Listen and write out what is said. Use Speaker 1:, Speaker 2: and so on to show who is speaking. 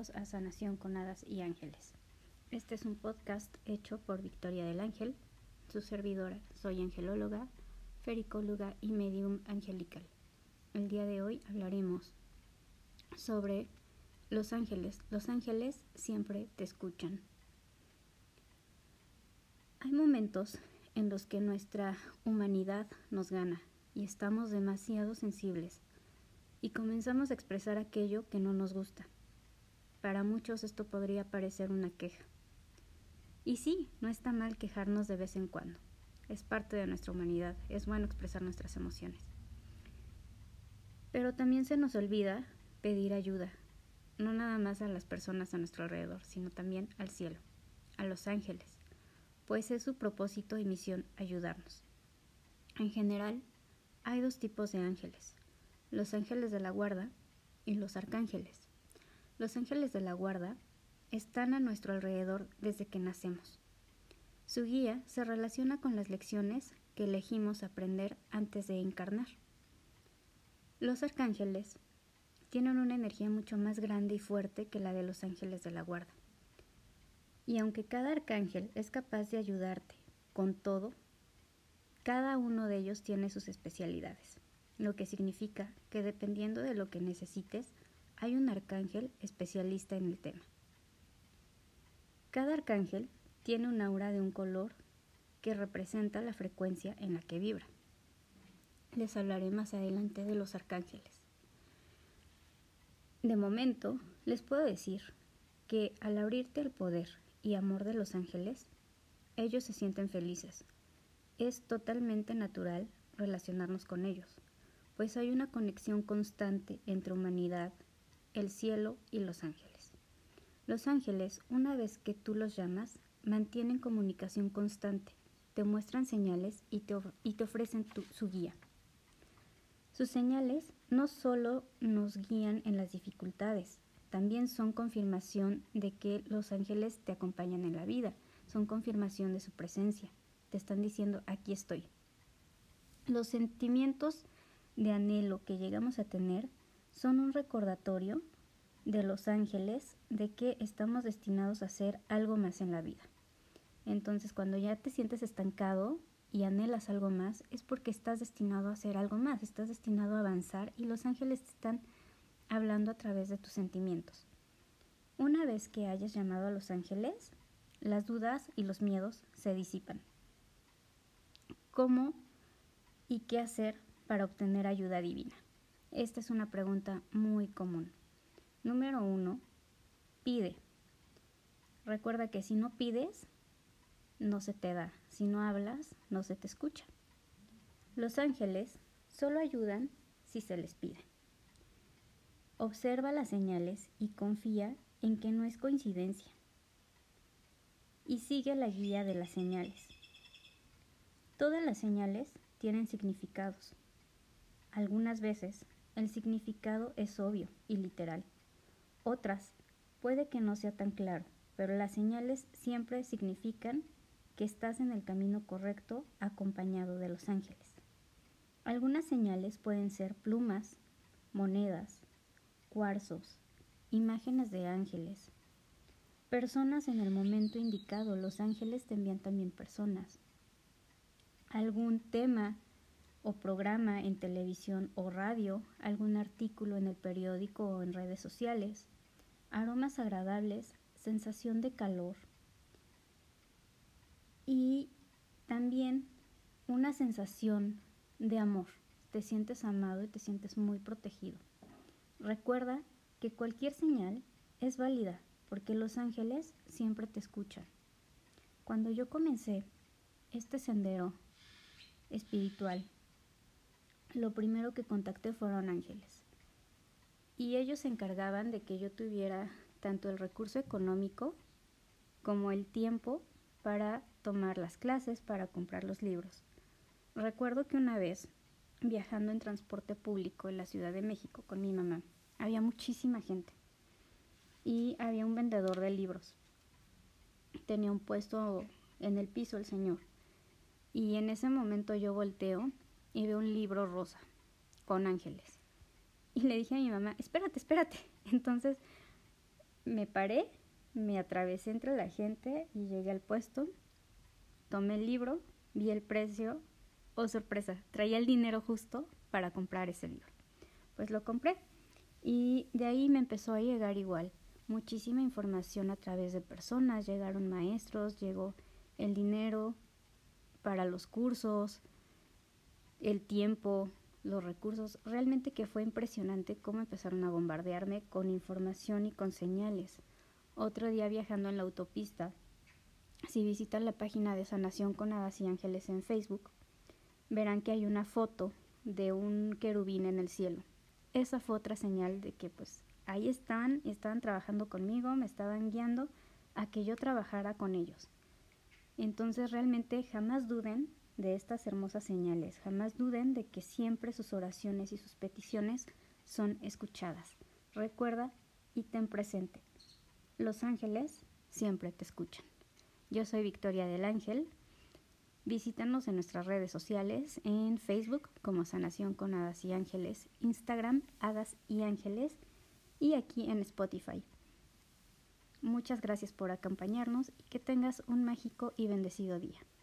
Speaker 1: bienvenidos a Sanación con Hadas y Ángeles. Este es un podcast hecho por Victoria del Ángel, su servidora. Soy angelóloga, fericóloga y medium angelical. El día de hoy hablaremos sobre los ángeles. Los ángeles siempre te escuchan. Hay momentos en los que nuestra humanidad nos gana y estamos demasiado sensibles y comenzamos a expresar aquello que no nos gusta. Para muchos esto podría parecer una queja. Y sí, no está mal quejarnos de vez en cuando. Es parte de nuestra humanidad, es bueno expresar nuestras emociones. Pero también se nos olvida pedir ayuda, no nada más a las personas a nuestro alrededor, sino también al cielo, a los ángeles, pues es su propósito y misión ayudarnos. En general, hay dos tipos de ángeles, los ángeles de la guarda y los arcángeles. Los ángeles de la guarda están a nuestro alrededor desde que nacemos. Su guía se relaciona con las lecciones que elegimos aprender antes de encarnar. Los arcángeles tienen una energía mucho más grande y fuerte que la de los ángeles de la guarda. Y aunque cada arcángel es capaz de ayudarte con todo, cada uno de ellos tiene sus especialidades, lo que significa que dependiendo de lo que necesites, hay un arcángel especialista en el tema. Cada arcángel tiene un aura de un color que representa la frecuencia en la que vibra. Les hablaré más adelante de los arcángeles. De momento, les puedo decir que al abrirte al poder y amor de los ángeles, ellos se sienten felices. Es totalmente natural relacionarnos con ellos, pues hay una conexión constante entre humanidad, el cielo y los ángeles. Los ángeles, una vez que tú los llamas, mantienen comunicación constante, te muestran señales y te ofrecen su guía. Sus señales no solo nos guían en las dificultades, también son confirmación de que los ángeles te acompañan en la vida, son confirmación de su presencia, te están diciendo aquí estoy. Los sentimientos de anhelo que llegamos a tener son un recordatorio de los ángeles de que estamos destinados a hacer algo más en la vida. Entonces, cuando ya te sientes estancado y anhelas algo más, es porque estás destinado a hacer algo más, estás destinado a avanzar y los ángeles te están hablando a través de tus sentimientos. Una vez que hayas llamado a los ángeles, las dudas y los miedos se disipan. ¿Cómo y qué hacer para obtener ayuda divina? Esta es una pregunta muy común. Número 1, pide. Recuerda que si no pides, no se te da. Si no hablas, no se te escucha. Los ángeles solo ayudan si se les pide. Observa las señales y confía en que no es coincidencia. Y sigue la guía de las señales. Todas las señales tienen significados. Algunas veces el significado es obvio y literal. Otras puede que no sea tan claro, pero las señales siempre significan que estás en el camino correcto acompañado de los ángeles. Algunas señales pueden ser plumas, monedas, cuarzos, imágenes de ángeles, personas en el momento indicado. Los ángeles te envían también personas. Algún tema o programa en televisión o radio, algún artículo en el periódico o en redes sociales, aromas agradables, sensación de calor y también una sensación de amor. Te sientes amado y te sientes muy protegido. Recuerda que cualquier señal es válida porque los ángeles siempre te escuchan. Cuando yo comencé este sendero espiritual, lo primero que contacté fueron ángeles. Y ellos se encargaban de que yo tuviera tanto el recurso económico como el tiempo para tomar las clases, para comprar los libros. Recuerdo que una vez, viajando en transporte público en la Ciudad de México con mi mamá, había muchísima gente y había un vendedor de libros. Tenía un puesto en el piso el señor. Y en ese momento yo volteo y veo un libro rosa con ángeles. Y le dije a mi mamá, espérate. Entonces Me paré, me atravesé entre la gente y llegué al puesto, tomé el libro, vi el precio, oh sorpresa, traía el dinero justo para comprar ese libro. Pues lo compré y de ahí me empezó a llegar igual muchísima información a través de personas, llegaron maestros, llegó el dinero para los cursos, el tiempo, los recursos. Realmente que fue impresionante cómo empezaron a bombardearme con información y con señales. Otro día viajando en la autopista, si visitan la página de Sanación con Hadas y Ángeles en Facebook, verán que hay una foto de un querubín en el cielo. Esa fue otra señal de que pues ahí estaban trabajando conmigo, me estaban guiando a que yo trabajara con ellos. Entonces realmente jamás duden de estas hermosas señales, jamás duden de que siempre sus oraciones y sus peticiones son escuchadas. Recuerda y ten presente, los ángeles siempre te escuchan. Yo soy Victoria del Ángel. Visítanos en nuestras redes sociales, en Facebook como Sanación con Hadas y Ángeles, Instagram Hadas y Ángeles y aquí en Spotify. Muchas gracias por acompañarnos y que tengas un mágico y bendecido día.